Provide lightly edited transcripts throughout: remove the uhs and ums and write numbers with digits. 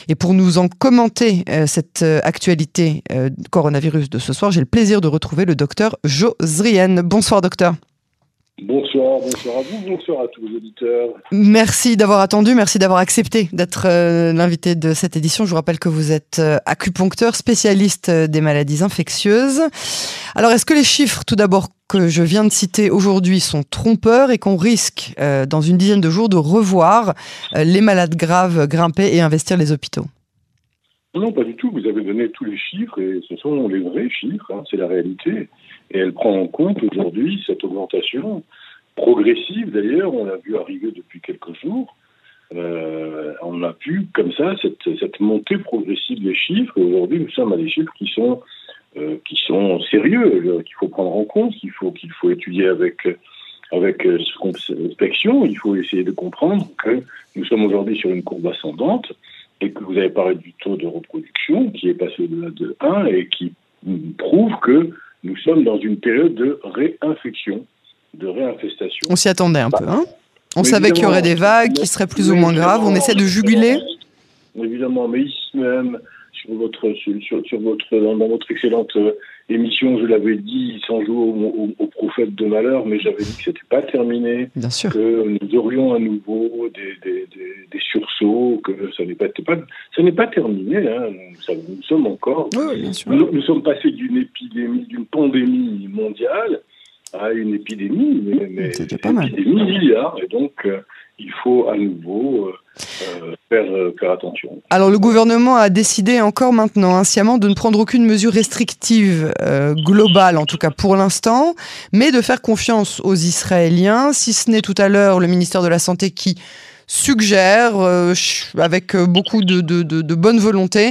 Et pour nous en commenter cette actualité coronavirus de ce soir, j'ai le plaisir de retrouver le docteur Jo Zrien. Bonsoir docteur. Bonsoir à vous, bonsoir à tous vos auditeurs. Merci d'avoir attendu, merci d'avoir accepté d'être l'invité de cette édition. Je vous rappelle que vous êtes acupuncteur, spécialiste des maladies infectieuses. Alors, est-ce que les chiffres, tout d'abord, que je viens de citer aujourd'hui sont trompeurs et qu'on risque, dans une dizaine de jours, de revoir les malades graves grimper et investir les hôpitaux ? Non, pas du tout. Vous avez donné tous les chiffres et ce sont les vrais chiffres, c'est la réalité. Et elle prend en compte aujourd'hui cette augmentation progressive d'ailleurs, on l'a vu arriver depuis quelques jours. On a vu comme ça cette montée progressive des chiffres. Et aujourd'hui, nous sommes à des chiffres qui sont sérieux, qu'il faut prendre en compte, qu'il faut étudier avec circonspection. Il faut essayer de comprendre que nous sommes aujourd'hui sur une courbe ascendante et que vous avez parlé du taux de reproduction qui est passé au-delà de 1 et qui prouve que nous sommes dans une période de réinfection, de réinfestation. On s'y attendait un peu, hein ? On savait qu'il y aurait des vagues qui seraient plus ou moins graves. On essaie de juguler. Évidemment, mais ici même, dans votre excellente émission, je l'avais dit, sans jouer au prophète de malheur, mais j'avais dit que c'était pas terminé. Bien sûr. Que nous aurions à nouveau des sursauts, que ça n'est pas terminé. Hein. Nous sommes encore. Oui, bien sûr. Nous sommes passés d'une pandémie mondiale à une épidémie, mais c'était pas mal. Épidémie il y a, et donc il faut à nouveau faire attention. Alors le gouvernement a décidé encore maintenant, sciemment, de ne prendre aucune mesure restrictive globale, en tout cas pour l'instant, mais de faire confiance aux Israéliens, si ce n'est tout à l'heure le ministère de la Santé qui suggère, avec beaucoup de bonne volonté,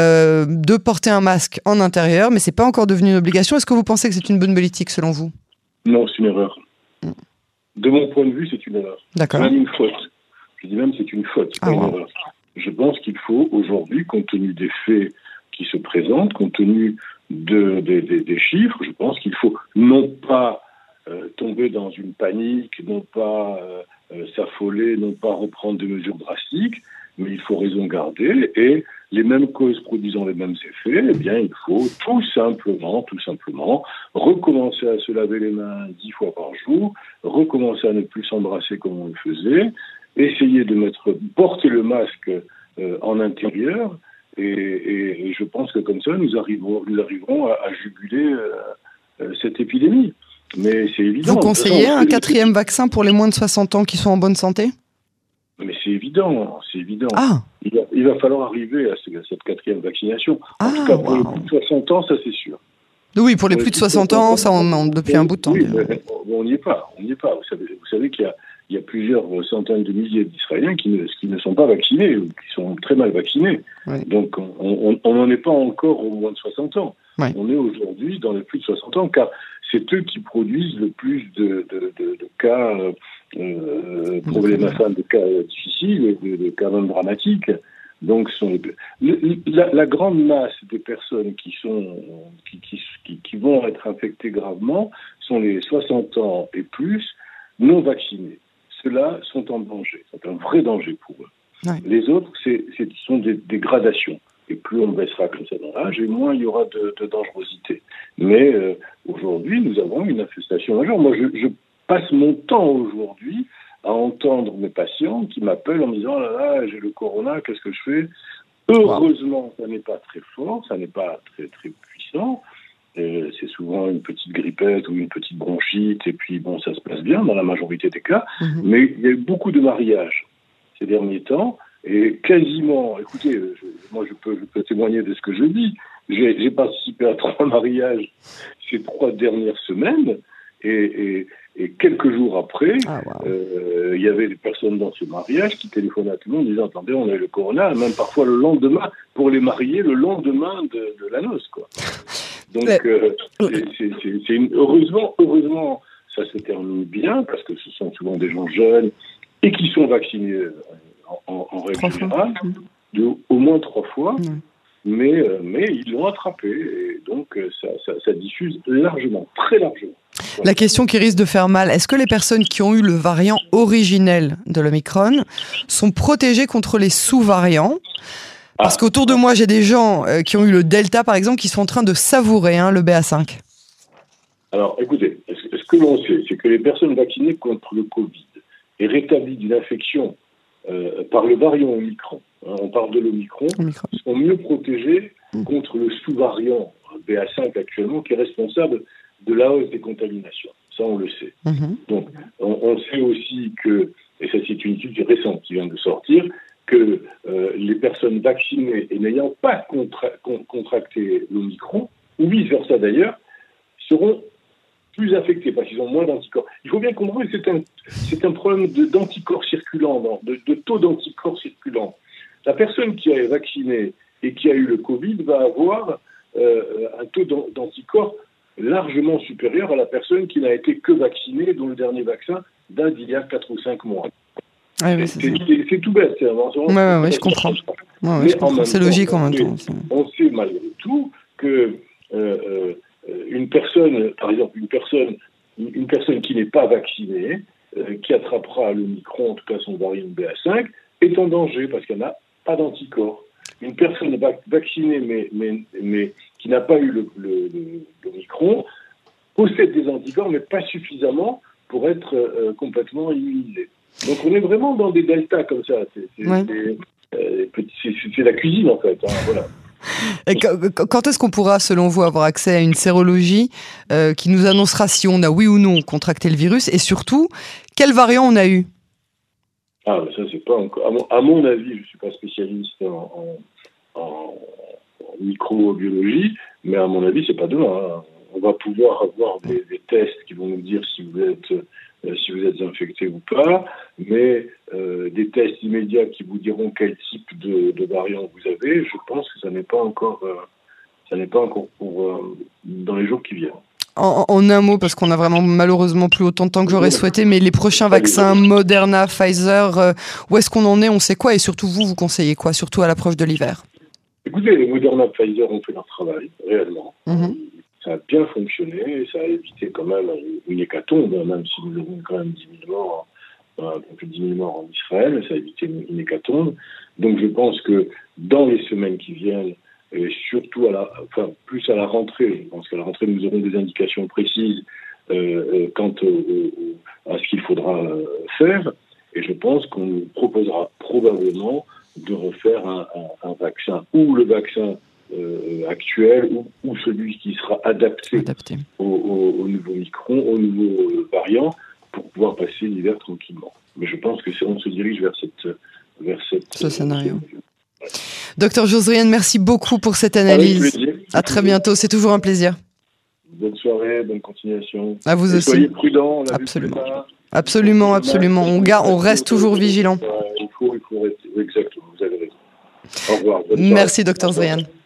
de porter un masque en intérieur, mais c'est pas encore devenu une obligation. Est-ce que vous pensez que c'est une bonne politique selon vous ? Non, c'est une erreur. De mon point de vue, c'est une erreur. D'accord. C'est même une faute. Je dis même c'est une faute, c'est pas une erreur. Je pense qu'il faut aujourd'hui, compte tenu des faits qui se présentent, compte tenu des chiffres, je pense qu'il faut non pas tomber dans une panique, non pas s'affoler, non pas reprendre des mesures drastiques, mais il faut raison garder et les mêmes causes produisant les mêmes effets, eh bien il faut tout simplement recommencer à se laver les mains 10 fois par jour, recommencer à ne plus s'embrasser comme on le faisait, essayer de porter le masque en intérieur et je pense que comme ça nous arriverons à juguler cette épidémie. Mais c'est évident. Vous conseillez un 4e vaccin pour les moins de 60 ans qui sont en bonne santé ? Mais c'est évident. Ah. Il va falloir arriver à cette 4e vaccination. En tout cas, pour les plus de 60 ans, ça c'est sûr. Oui, pour les plus de 60 ans, ça depuis un bout de temps. Oui, mais on n'y est pas. Vous savez qu'il y a plusieurs centaines de milliers d'Israéliens qui ne sont pas vaccinés ou qui sont très mal vaccinés. Oui. Donc on n'en est pas encore aux moins de 60 ans. Oui. On est aujourd'hui dans les plus de 60 ans, car c'est eux qui produisent le plus de cas problématiques, de cas difficiles, de cas même dramatiques. Donc, la grande masse des personnes qui vont être infectées gravement sont les 60 ans et plus non vaccinés. Ceux-là sont en danger, c'est un vrai danger pour eux. Ouais. Les autres, ce sont des gradations. Et plus on baissera comme ça dans l'âge, et moins il y aura de dangerosité. Mais aujourd'hui, nous avons une infestation majeure. Moi, je passe mon temps aujourd'hui à entendre mes patients qui m'appellent en me disant « Oh là là, j'ai le corona, qu'est-ce que je fais ?» Heureusement, ça n'est pas très fort, ça n'est pas très, très puissant. C'est souvent une petite grippette ou une petite bronchite, et puis bon, ça se passe bien dans la majorité des cas. Mm-hmm. Mais il y a eu beaucoup de mariages ces derniers temps. Et quasiment, écoutez, moi je peux témoigner de ce que je dis. J'ai participé à 3 mariages ces 3 dernières semaines et quelques jours après, il y avait des personnes dans ce mariage qui téléphonaient à tout le monde en disant « Attendez, on a eu le corona », même parfois le lendemain, pour les mariés, le lendemain de la noce, quoi. Donc, heureusement, ça se termine bien, parce que ce sont souvent des gens jeunes et qui sont vaccinés en règle générale, au moins 3 fois, mais ils l'ont attrapé, et donc ça diffuse largement, très largement. La question qui risque de faire mal, est-ce que les personnes qui ont eu le variant originel de l'Omicron sont protégées contre les sous-variants ? Parce qu'autour de moi, j'ai des gens qui ont eu le Delta, par exemple, qui sont en train de savourer le BA5. Alors, écoutez, ce que l'on sait, c'est que les personnes vaccinées contre le Covid et rétablies d'une infection par le variant Omicron, on parle de l'Omicron, sont mieux protégées contre le sous-variant BA5 actuellement, qui est responsable de la hausse des contaminations. Ça, on le sait. Donc, on sait aussi que, et ça c'est une étude récente qui vient de sortir, que les personnes vaccinées et n'ayant pas contracté l'Omicron, ou vice-versa d'ailleurs, seront plus affectés parce qu'ils ont moins d'anticorps. Il faut bien comprendre que c'est un problème d'anticorps circulants, de taux d'anticorps circulants. La personne qui est vaccinée et qui a eu le Covid va avoir un taux d'anticorps largement supérieur à la personne qui n'a été que vaccinée, dont le dernier vaccin date d'il y a 4 ou 5 mois. Ouais, c'est tout bête. Je comprends. C'est logique en même temps. On sait malgré tout que une personne, par exemple, une personne qui n'est pas vaccinée, qui attrapera l'Omicron, en tout cas son variant BA5, est en danger parce qu'elle n'a pas d'anticorps. Une personne vaccinée mais qui n'a pas eu l'Omicron possède des anticorps, mais pas suffisamment pour être complètement immunisée. Donc on est vraiment dans des deltas comme ça. C'est la cuisine en fait. Voilà. Et quand est-ce qu'on pourra, selon vous, avoir accès à une sérologie qui nous annoncera si on a oui ou non contracté le virus et surtout, quel variant on a eu? Ah, mais ça, c'est pas encore. À mon avis, je ne suis pas spécialiste en microbiologie, mais à mon avis, c'est pas demain. On va pouvoir avoir des tests qui vont nous dire si vous êtes infecté ou pas, mais des tests immédiats qui vous diront quel type de variant vous avez, je pense que ça n'est pas encore pour dans les jours qui viennent. En un mot, parce qu'on a vraiment malheureusement plus autant de temps que j'aurais souhaité, mais les prochains vaccins, Moderna, Pfizer, où est-ce qu'on en est? On sait quoi? Et surtout vous conseillez quoi? Surtout à l'approche de l'hiver. Écoutez, les Moderna, Pfizer ont fait leur travail, réellement. Ça a bien fonctionné, ça a évité quand même une hécatombe, même si nous avons quand même 10 000 morts, un peu plus de 10 000 morts en Israël, mais ça a évité une hécatombe. Donc je pense que dans les semaines qui viennent, et surtout plus à la rentrée, je pense qu'à la rentrée nous aurons des indications précises quant à ce qu'il faudra faire, et je pense qu'on nous proposera probablement de refaire un vaccin, ou le vaccin actuel, ou celui qui sera adapté. Au nouveau Micron, au nouveau variant, pour pouvoir passer l'hiver tranquillement. Mais je pense que on se dirige vers ce scénario. Docteur Josrien, merci beaucoup pour cette analyse. À très bientôt, c'est toujours un plaisir. Bonne soirée, bonne continuation. À vous aussi. Soyez prudents. Absolument. On reste toujours vigilant. Il faut rester. Exactement, vous avez raison. Au revoir. Merci, docteur Josrien.